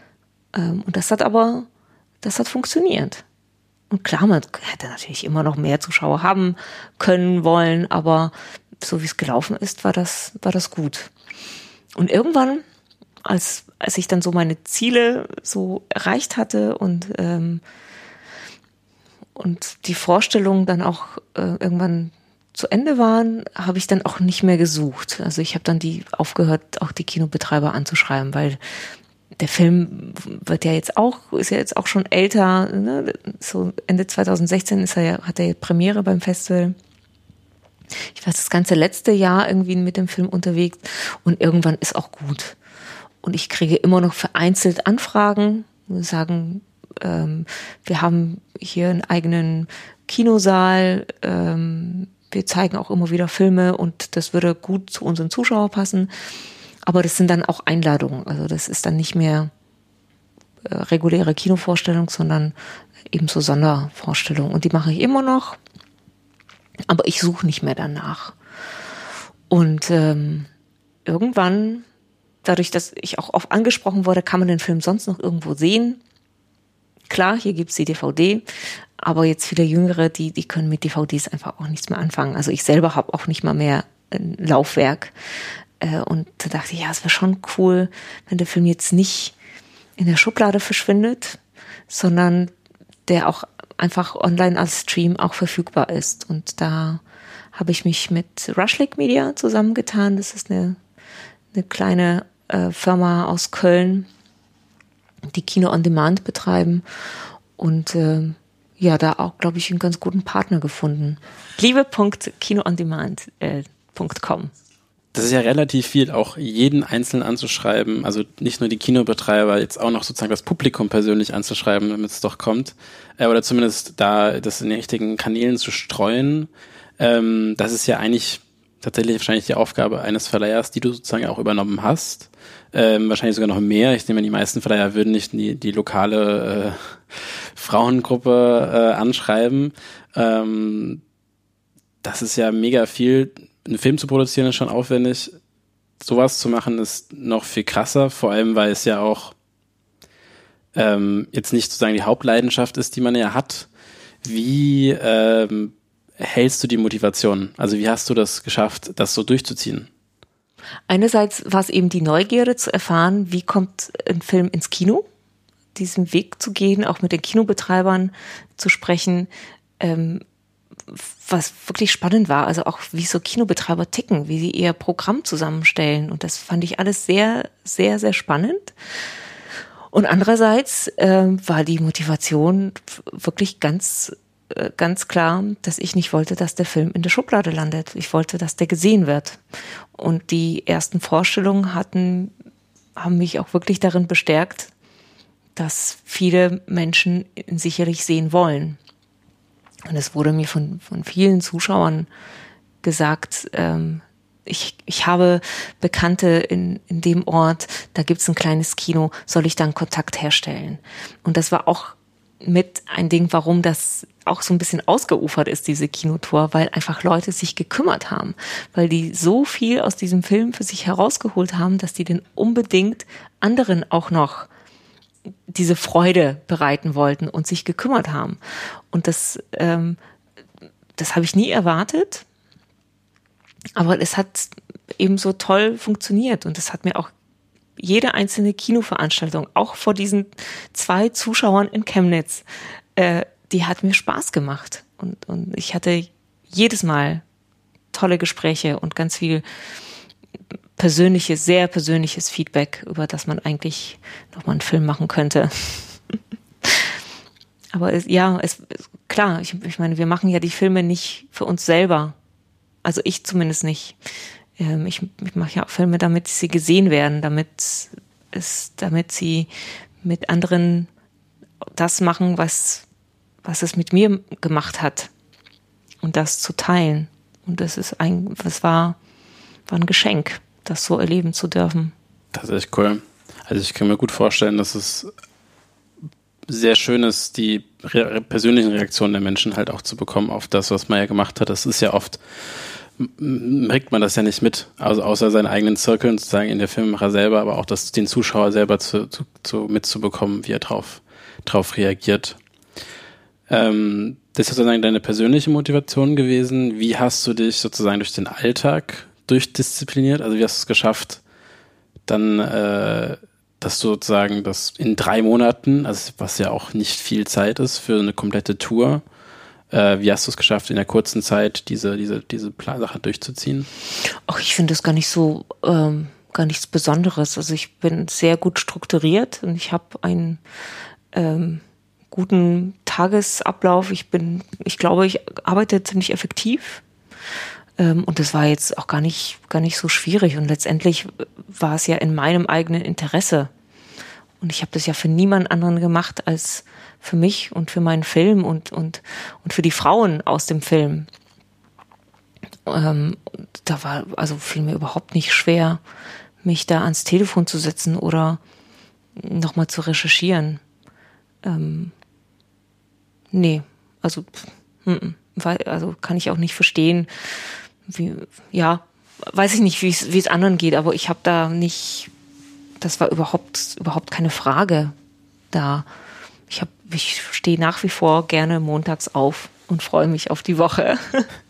Ähm, und das hat aber, das hat funktioniert. Und klar, man hätte natürlich immer noch mehr Zuschauer haben können wollen, aber so wie es gelaufen ist, war das, war das gut. Und irgendwann, als, als ich dann so meine Ziele so erreicht hatte und, ähm, und die Vorstellungen dann auch äh, irgendwann zu Ende waren, habe ich dann auch nicht mehr gesucht. Also ich habe dann die aufgehört, auch die Kinobetreiber anzuschreiben, weil der Film wird ja jetzt auch, ist ja jetzt auch schon älter, ne? So Ende zwanzig sechzehn ist er ja, hat er Premiere beim Festival. Ich war das ganze letzte Jahr irgendwie mit dem Film unterwegs und irgendwann ist auch gut. Und ich kriege immer noch vereinzelt Anfragen, die sagen, ähm, wir haben hier einen eigenen Kinosaal, ähm, wir zeigen auch immer wieder Filme und das würde gut zu unseren Zuschauern passen. Aber das sind dann auch Einladungen. Also das ist dann nicht mehr äh, reguläre Kinovorstellung, sondern eben so Sondervorstellungen. Und die mache ich immer noch. Aber ich suche nicht mehr danach. Und ähm, irgendwann, dadurch, dass ich auch oft angesprochen wurde, kann man den Film sonst noch irgendwo sehen. Klar, hier gibt's die D V D. Aber jetzt viele Jüngere, die, die können mit D V Ds einfach auch nichts mehr anfangen. Also ich selber habe auch nicht mal mehr ein Laufwerk. Und da dachte ich, ja, es wäre schon cool, wenn der Film jetzt nicht in der Schublade verschwindet, sondern der auch einfach online als Stream auch verfügbar ist. Und da habe ich mich mit Rushlick Media zusammengetan. Das ist eine, eine kleine äh, Firma aus Köln, die Kino on Demand betreiben. Und äh, ja, da auch, glaube ich, einen ganz guten Partner gefunden. liebe punkt kino on demand punkt com. Das ist ja relativ viel, auch jeden Einzelnen anzuschreiben, also nicht nur die Kinobetreiber, jetzt auch noch sozusagen das Publikum persönlich anzuschreiben, damit es doch kommt, äh, oder zumindest da das in den richtigen Kanälen zu streuen. Ähm, das ist ja eigentlich tatsächlich wahrscheinlich die Aufgabe eines Verleihers, die du sozusagen auch übernommen hast. Ähm, wahrscheinlich sogar noch mehr. Ich nehme, die meisten Verleiher würden nicht die, die lokale äh, Frauengruppe äh, anschreiben. Ähm, das ist ja mega viel. Einen Film zu produzieren ist schon aufwendig. Sowas zu machen ist noch viel krasser, vor allem, weil es ja auch ähm, jetzt nicht sozusagen die Hauptleidenschaft ist, die man ja hat. Wie ähm, hältst du die Motivation? Also wie hast du das geschafft, das so durchzuziehen? Einerseits war es eben die Neugierde zu erfahren, wie kommt ein Film ins Kino, diesen Weg zu gehen, auch mit den Kinobetreibern zu sprechen, ähm, was wirklich spannend war, also auch wie so Kinobetreiber ticken, wie sie ihr Programm zusammenstellen, und das fand ich alles sehr, sehr, sehr spannend. Und andererseits äh, war die Motivation wirklich ganz, äh, ganz klar, dass ich nicht wollte, dass der Film in der Schublade landet. Ich wollte, dass der gesehen wird. Und die ersten Vorstellungen hatten, haben mich auch wirklich darin bestärkt, dass viele Menschen ihn sicherlich sehen wollen. Und es wurde mir von, von vielen Zuschauern gesagt, ähm, ich, ich habe Bekannte in, in dem Ort, da gibt's ein kleines Kino, soll ich dann Kontakt herstellen? Und das war auch mit ein Ding, warum das auch so ein bisschen ausgeufert ist, diese Kinotour, weil einfach Leute sich gekümmert haben, weil die so viel aus diesem Film für sich herausgeholt haben, dass die den unbedingt anderen auch noch diese Freude bereiten wollten und sich gekümmert haben. Und das, ähm, das habe ich nie erwartet, aber es hat eben so toll funktioniert, und es hat mir auch jede einzelne Kinoveranstaltung, auch vor diesen zwei Zuschauern in Chemnitz, äh, die hat mir Spaß gemacht, und, und ich hatte jedes Mal tolle Gespräche und ganz viel persönliches, sehr persönliches Feedback, über das man eigentlich nochmal einen Film machen könnte. Aber es, ja, es, klar, ich, ich meine, wir machen ja die Filme nicht für uns selber. Also ich zumindest nicht. Ähm, ich, ich mache ja auch Filme, damit sie gesehen werden, damit es, damit sie mit anderen das machen, was, was es mit mir gemacht hat. Und das zu teilen. Und das ist ein, das war, war ein Geschenk, das so erleben zu dürfen. Das ist echt cool. Also ich kann mir gut vorstellen, dass es sehr schön ist, die re- persönlichen Reaktionen der Menschen halt auch zu bekommen auf das, was man ja gemacht hat. Das ist ja oft kriegt man das ja nicht mit, also außer seinen eigenen Zirkeln, sozusagen in der Filmemacher selber, aber auch das den Zuschauer selber zu, zu, zu mitzubekommen, wie er drauf, drauf reagiert. Ähm, das ist sozusagen deine persönliche Motivation gewesen. Wie hast du dich sozusagen durch den Alltag durchdiszipliniert? Also wie hast du es geschafft, dann, äh, dass du sozusagen das in drei Monaten, also was ja auch nicht viel Zeit ist für eine komplette Tour, Äh, wie hast du es geschafft, in der kurzen Zeit diese, diese, diese Sache durchzuziehen? Ach, ich finde das gar nicht so, ähm, gar nichts Besonderes. Also ich bin sehr gut strukturiert und ich habe einen ähm, guten Tagesablauf. Ich bin, ich glaube, ich arbeite ziemlich effektiv. Ähm, und das war jetzt auch gar nicht, gar nicht so schwierig. Und letztendlich war es ja in meinem eigenen Interesse. Und ich habe das ja für niemand anderen gemacht als für mich und für meinen Film und, und, und für die Frauen aus dem Film. Ähm, da war, also fiel mir überhaupt nicht schwer, mich da ans Telefon zu setzen oder nochmal zu recherchieren. Ähm, nee, also, m-m, weil, also kann ich auch nicht verstehen, wie, ja, weiß ich nicht, wie es, wie es anderen geht, aber ich habe da nicht, das war überhaupt, überhaupt keine Frage da. Ich hab, ich stehe nach wie vor gerne montags auf und freue mich auf die Woche.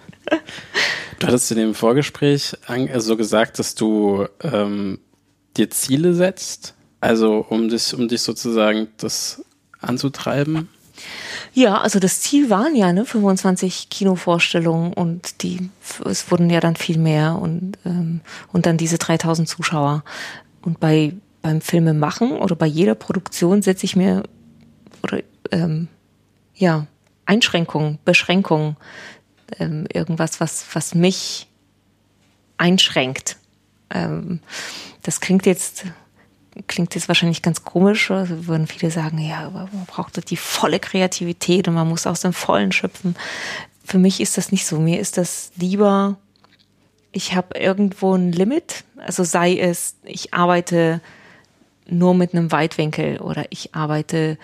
Du hattest in dem Vorgespräch so gesagt, dass du ähm, dir Ziele setzt, also um dich, um dich sozusagen das anzutreiben. Ja, also das Ziel waren ja ne, fünfundzwanzig Kinovorstellungen und die, es wurden ja dann viel mehr und, ähm, und dann diese dreitausend Zuschauer. Und bei beim Filmemachen oder bei jeder Produktion setze ich mir oder ähm, ja Einschränkungen, Beschränkungen, ähm, irgendwas, was was mich einschränkt. Ähm, das klingt jetzt klingt jetzt wahrscheinlich ganz komisch. Also würden viele sagen, ja, man braucht die volle Kreativität und man muss aus dem Vollen schöpfen. Für mich ist das nicht so. Mir ist das lieber, ich habe irgendwo ein Limit. Also sei es, ich arbeite nur mit einem Weitwinkel oder ich arbeite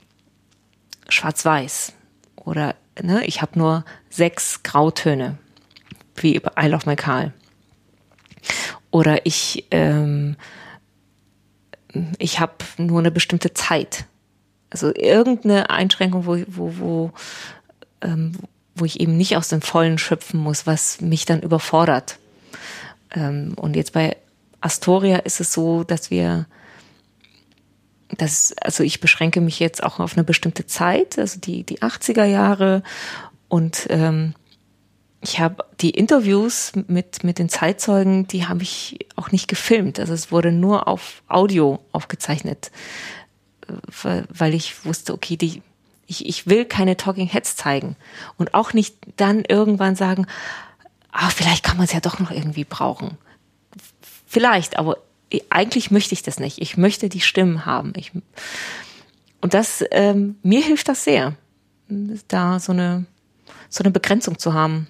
schwarz-weiß oder ne, ich habe nur sechs Grautöne, wie bei I Love My Carl. Oder ich ähm, ich habe nur eine bestimmte Zeit. Also irgendeine Einschränkung, wo, wo, wo, ähm, wo ich eben nicht aus dem Vollen schöpfen muss, was mich dann überfordert. Ähm, und jetzt bei Astoria ist es so, dass wir Das, also ich beschränke mich jetzt auch auf eine bestimmte Zeit, also die, die achtziger Jahre und ähm, ich habe die Interviews mit, mit den Zeitzeugen, die habe ich auch nicht gefilmt, also es wurde nur auf Audio aufgezeichnet, weil ich wusste, okay, die, ich, ich will keine Talking Heads zeigen und auch nicht dann irgendwann sagen, ah, vielleicht kann man es ja doch noch irgendwie brauchen. Vielleicht, aber eigentlich möchte ich das nicht. Ich möchte die Stimmen haben. Ich, und das, ähm, mir hilft das sehr, da so eine, so eine Begrenzung zu haben.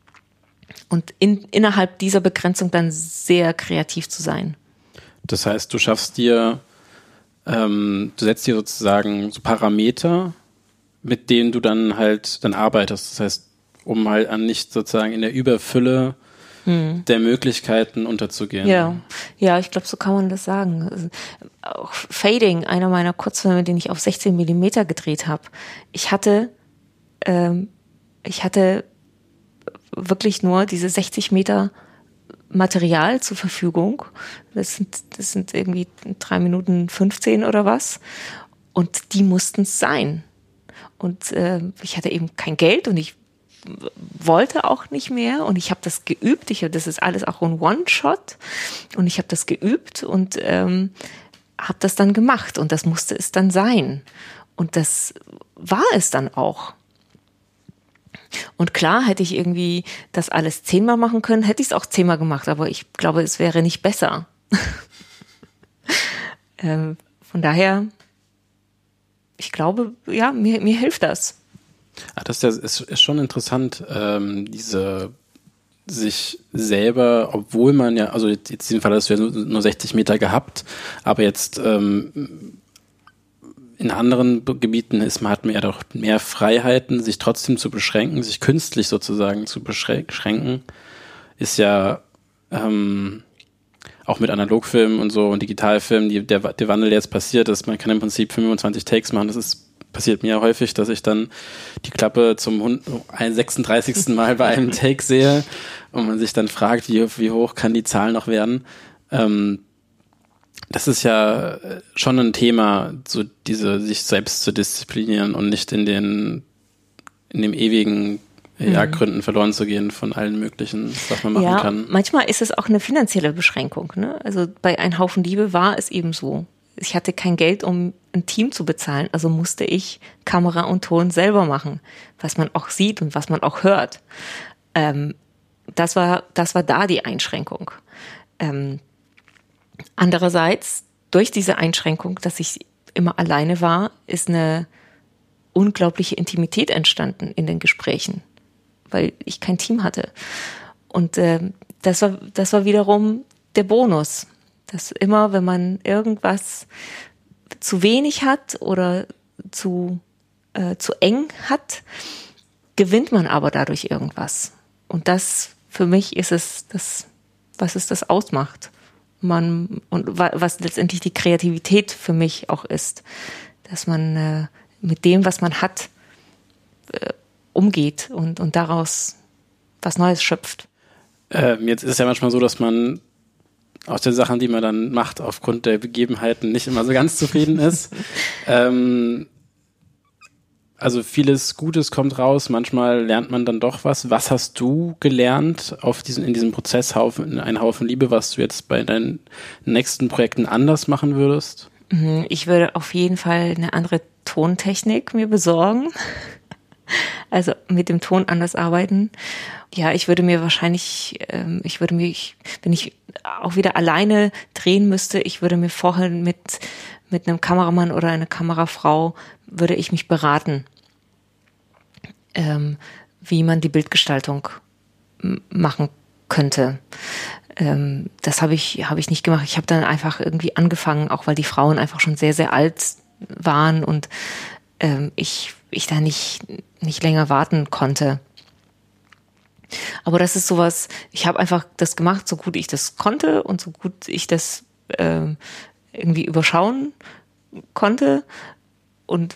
Und in, innerhalb dieser Begrenzung dann sehr kreativ zu sein. Das heißt, du schaffst dir, ähm, du setzt dir sozusagen so Parameter, mit denen du dann halt dann arbeitest. Das heißt, um halt an nicht sozusagen in der Überfülle Hm. der Möglichkeiten unterzugehen. Ja, ja, ich glaube, so kann man das sagen. Also, auch Fading, einer meiner Kurzfilme, den ich auf sechzehn Millimeter gedreht habe. Ich hatte, ähm, ich hatte wirklich nur diese sechzig Meter Material zur Verfügung. Das sind, das sind irgendwie drei Minuten fünfzehn oder was. Und die mussten es sein. Und äh, ich hatte eben kein Geld und ich wollte auch nicht mehr und ich habe das geübt. Ich hab, das ist alles auch ein One-Shot und ich habe das geübt und ähm, habe das dann gemacht und das musste es dann sein. Und das war es dann auch. Und klar, hätte ich irgendwie das alles zehnmal machen können, hätte ich es auch zehnmal gemacht, aber ich glaube, es wäre nicht besser. ähm, von daher, ich glaube, ja, mir, mir hilft das. Ah, das ist, ist, ist schon interessant, ähm, diese sich selber, obwohl man ja, also jetzt in diesem Fall hast du ja nur, nur sechzig Meter gehabt, aber jetzt ähm, in anderen Gebieten ist man, hat man ja doch mehr Freiheiten, sich trotzdem zu beschränken, sich künstlich sozusagen zu beschränken, ist ja ähm, auch mit Analogfilmen und so und Digitalfilmen, die, der, der Wandel, der jetzt passiert ist, man kann im Prinzip fünfundzwanzig Takes machen. Das ist passiert mir häufig, dass ich dann die Klappe zum sechsunddreißigsten Mal bei einem Take sehe und man sich dann fragt, wie, wie hoch kann die Zahl noch werden. Ähm, das ist ja schon ein Thema, so diese sich selbst zu disziplinieren und nicht in den in dem ewigen Jagdgründen verloren zu gehen von allen möglichen, was man machen ja, kann. Manchmal ist es auch eine finanzielle Beschränkung. Ne? Also bei Ein Haufen Liebe war es eben so. Ich hatte kein Geld, um ein Team zu bezahlen, also musste ich Kamera und Ton selber machen, was man auch sieht und was man auch hört. Ähm, das war, das war da die Einschränkung. Ähm, andererseits, durch diese Einschränkung, dass ich immer alleine war, ist eine unglaubliche Intimität entstanden in den Gesprächen, weil ich kein Team hatte. Und äh, das war, das war wiederum der Bonus, dass immer, wenn man irgendwas zu wenig hat oder zu, äh, zu eng hat, gewinnt man aber dadurch irgendwas. Und das, für mich, ist es das, was es das ausmacht. Man, und wa, was letztendlich die Kreativität für mich auch ist, dass man äh, mit dem, was man hat, äh, umgeht und, und daraus was Neues schöpft. Ähm, jetzt ist es ja manchmal so, dass man aus den Sachen, die man dann macht, aufgrund der Begebenheiten nicht immer so ganz zufrieden ist. ähm, also vieles Gutes kommt raus, manchmal lernt man dann doch was. Was hast du gelernt auf diesen, in diesem Prozess Haufen, ein Haufen Liebe, was du jetzt bei deinen nächsten Projekten anders machen würdest? Ich würde auf jeden Fall eine andere Tontechnik mir besorgen. Also mit dem Ton anders arbeiten. Ja, ich würde mir wahrscheinlich, ähm, ich würde mich, wenn ich auch wieder alleine drehen müsste, ich würde mir vorher mit mit einem Kameramann oder einer Kamerafrau, würde ich mich beraten, ähm, wie man die Bildgestaltung m- machen könnte. Ähm, das habe ich habe ich nicht gemacht. Ich habe dann einfach irgendwie angefangen, auch weil die Frauen einfach schon sehr, sehr alt waren und ähm, ich ich da nicht nicht länger warten konnte. Aber das ist sowas, ich habe einfach das gemacht, so gut ich das konnte und so gut ich das ähm, irgendwie überschauen konnte. Und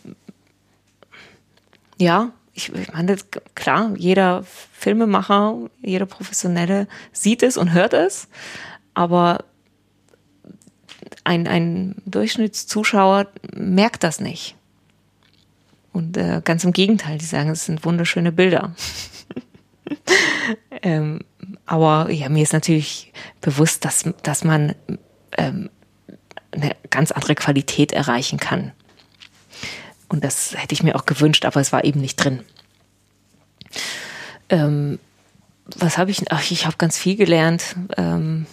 ja, ich, ich meine, klar, jeder Filmemacher, jeder Professionelle sieht es und hört es, aber ein, ein Durchschnittszuschauer merkt das nicht. Und äh, ganz im Gegenteil, die sagen, es sind wunderschöne Bilder. ähm, aber ja, mir ist natürlich bewusst, dass, dass man ähm, eine ganz andere Qualität erreichen kann. Und das hätte ich mir auch gewünscht, aber es war eben nicht drin. Ähm, was habe ich? Ach, ich habe ganz viel gelernt. Ähm,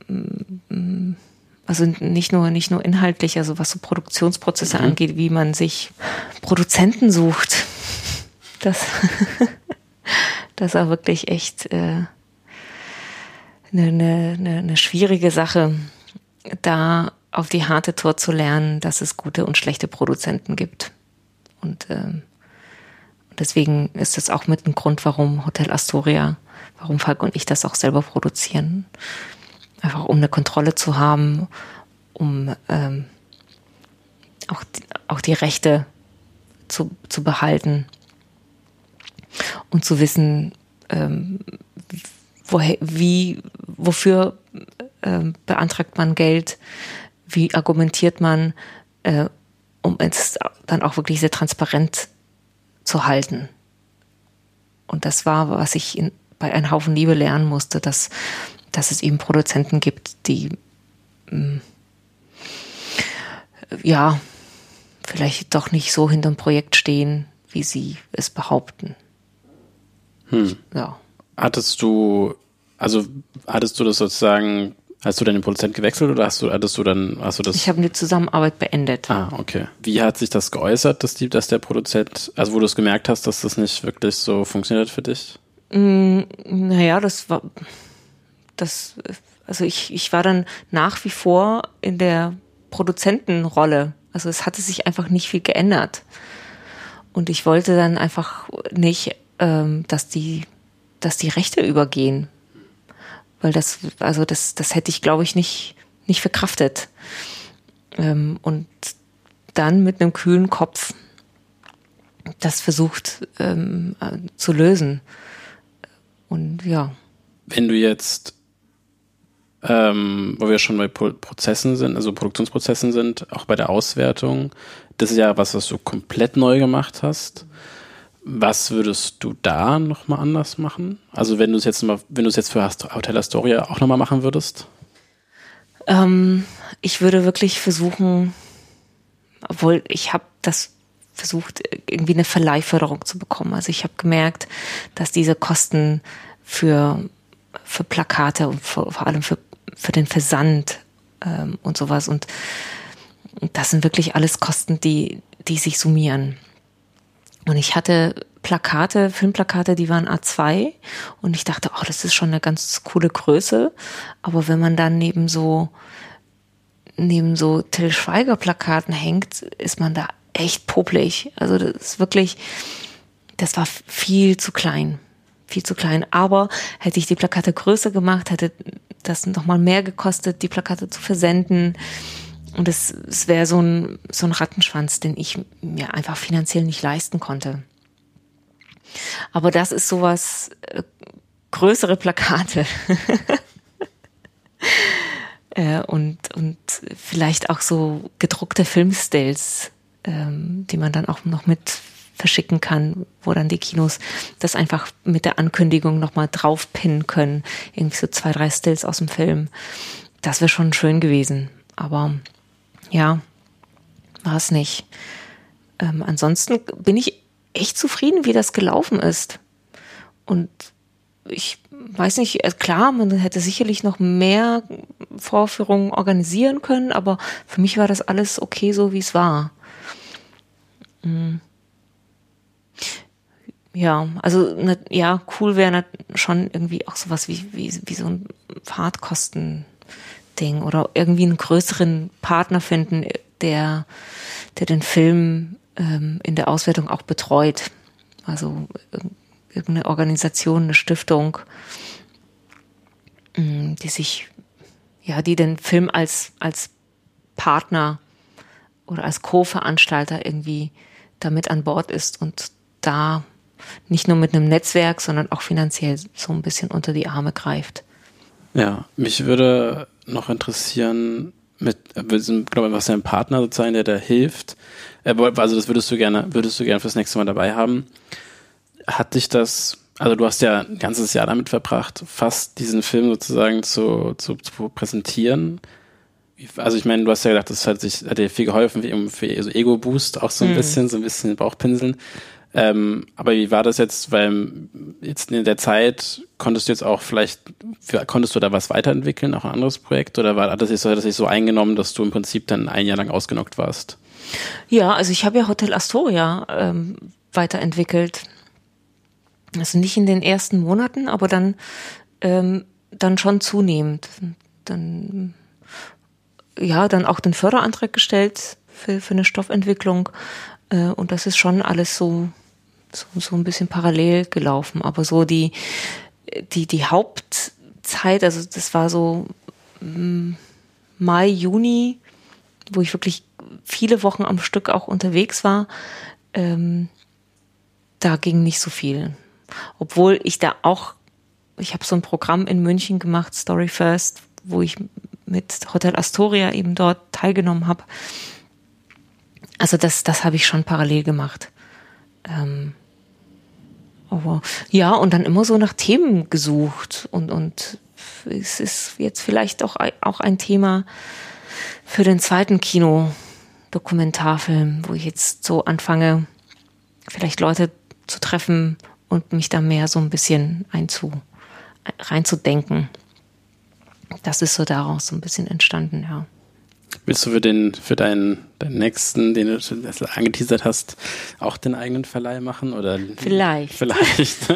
also nicht nur nicht nur inhaltlich, also was so Produktionsprozesse mhm. angeht, wie man sich Produzenten sucht. Das, das war wirklich echt äh, eine, eine, eine schwierige Sache, da auf die harte Tour zu lernen, dass es gute und schlechte Produzenten gibt. Und ähm, deswegen ist das auch mit ein Grund, warum Hotel Astoria, warum Falk und ich das auch selber produzieren. Einfach um eine Kontrolle zu haben, um ähm, auch, die, auch die Rechte zu, zu behalten und zu wissen, ähm, woher, wie, wofür ähm, beantragt man Geld, wie argumentiert man, äh, um es dann auch wirklich sehr transparent zu halten. Und das war, was ich in, bei Ein Haufen Liebe lernen musste, dass, dass es eben Produzenten gibt, die mh, ja vielleicht doch nicht so hinterm Projekt stehen, wie sie es behaupten. Hm. Ja. Hattest du, also hattest du das sozusagen, hast du deinen Produzent gewechselt oder hast du, hattest du dann, hast du das? Ich habe eine Zusammenarbeit beendet. Ah, okay. Wie hat sich das geäußert, dass die, dass der Produzent, also wo du es gemerkt hast, dass das nicht wirklich so funktioniert für dich? Mm, naja, das war, das, also ich, ich war dann nach wie vor in der Produzentenrolle. Also es hatte sich einfach nicht viel geändert. Und ich wollte dann einfach nicht, ähm, dass die, dass die Rechte übergehen. weil das, also das, das hätte ich, glaube ich, nicht, nicht verkraftet. Ähm, und dann mit einem kühlen Kopf das versucht ähm, zu lösen. Und ja. Wenn du jetzt, ähm, wo wir schon bei Pro- Prozessen sind, also Produktionsprozessen sind, auch bei der Auswertung, das ist ja was, was du komplett neu gemacht hast. Was würdest du da nochmal anders machen? Also wenn du es jetzt mal, wenn du es jetzt für Hotel Astoria auch nochmal machen würdest? Ähm, ich würde wirklich versuchen, obwohl ich habe das versucht, irgendwie eine Verleihförderung zu bekommen. Also ich habe gemerkt, dass diese Kosten für, für Plakate und vor, vor allem für, für den Versand ähm, und sowas und das sind wirklich alles Kosten, die, die sich summieren. Und ich hatte Plakate, Filmplakate, die waren A zwei und ich dachte, oh, das ist schon eine ganz coole Größe. Aber wenn man dann neben so, neben so Till Schweiger Plakaten hängt, ist man da echt popelig. Also das ist wirklich, das war viel zu klein. Viel zu klein. Aber hätte ich die Plakate größer gemacht, hätte das nochmal mehr gekostet, die Plakate zu versenden. Und es, es wäre so ein, so ein Rattenschwanz, den ich mir einfach finanziell nicht leisten konnte. Aber das ist sowas, äh, größere Plakate. äh, und, und vielleicht auch so gedruckte Filmstills, ähm, die man dann auch noch mit verschicken kann, wo dann die Kinos das einfach mit der Ankündigung nochmal draufpinnen können. Irgendwie so zwei, drei Stills aus dem Film. Das wäre schon schön gewesen. Aber ja, war es nicht. Ähm, ansonsten bin ich echt zufrieden, wie das gelaufen ist. Und ich weiß nicht, klar, man hätte sicherlich noch mehr Vorführungen organisieren können, aber für mich war das alles okay, so wie es war. Mhm. Ja, also ne, ja, cool wäre schon irgendwie auch sowas wie, wie, wie so ein Fahrtkosten-Ding oder irgendwie einen größeren Partner finden, der, der den Film ähm, in der Auswertung auch betreut. Also irgendeine Organisation, eine Stiftung, die sich, ja, die den Film als, als Partner oder als Co-Veranstalter irgendwie damit an Bord ist und da nicht nur mit einem Netzwerk, sondern auch finanziell so ein bisschen unter die Arme greift. Ja, mich würde noch interessieren, mit, glaube ich, was dein Partner sozusagen, der da hilft. Also das würdest du gerne, würdest du gerne fürs nächste Mal dabei haben. Hat dich das, also du hast ja ein ganzes Jahr damit verbracht, fast diesen Film sozusagen zu, zu, zu präsentieren. Also ich meine, du hast ja gedacht, das hat sich, hat dir viel geholfen, wie um für so Ego-Boost auch so ein hm. bisschen, so ein bisschen Bauchpinseln. Ähm, aber wie war das jetzt, weil jetzt in der Zeit konntest du jetzt auch vielleicht, für, konntest du da was weiterentwickeln, auch ein anderes Projekt, oder war das so, hat das sich so eingenommen, dass du im Prinzip dann ein Jahr lang ausgenockt warst? Ja, also ich habe ja Hotel Astoria ähm, weiterentwickelt. Also nicht in den ersten Monaten, aber dann, ähm, dann schon zunehmend. Dann, ja, dann auch den Förderantrag gestellt für, für eine Stoffentwicklung. Äh, und das ist schon alles so, so, so ein bisschen parallel gelaufen. Aber so die, die, die Hauptzeit, also das war so ähm, Mai, Juni, wo ich wirklich viele Wochen am Stück auch unterwegs war, ähm, da ging nicht so viel. Obwohl ich da auch, ich habe so ein Programm in München gemacht, Story First, wo ich mit Hotel Astoria eben dort teilgenommen habe. Also das, das habe ich schon parallel gemacht. Ähm, aber ja, und dann immer so nach Themen gesucht und, und es ist jetzt vielleicht auch, auch ein Thema für den zweiten Kino-Dokumentarfilm, wo ich jetzt so anfange, vielleicht Leute zu treffen und mich da mehr so ein bisschen einzu, reinzudenken. Das ist so daraus so ein bisschen entstanden, ja. Willst du für den, für deinen, deinen nächsten, den du angeteasert hast, auch den eigenen Verleih machen? Oder? Vielleicht. Vielleicht.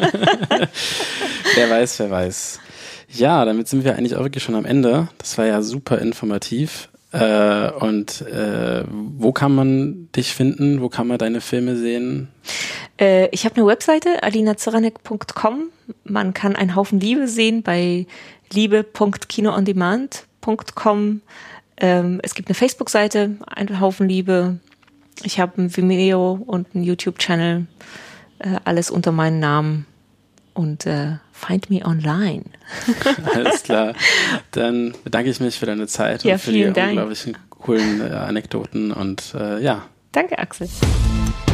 Wer weiß, wer weiß. Ja, damit sind wir eigentlich auch wirklich schon am Ende. Das war ja super informativ. Äh, und äh, wo kann man dich finden? Wo kann man deine Filme sehen? Äh, ich habe eine Webseite, alina zoranek punkt com. Man kann einen Haufen Liebe sehen bei liebe punkt kinoondemand punkt com. Ähm, es gibt eine Facebook-Seite, einen Haufen Liebe. Ich habe ein Vimeo und einen YouTube-Channel. Äh, alles unter meinem Namen. Und äh, find me online. Alles klar. Dann bedanke ich mich für deine Zeit ja, und für die Dank. unglaublichen coolen äh, Anekdoten. Und äh, ja. Danke, Axel.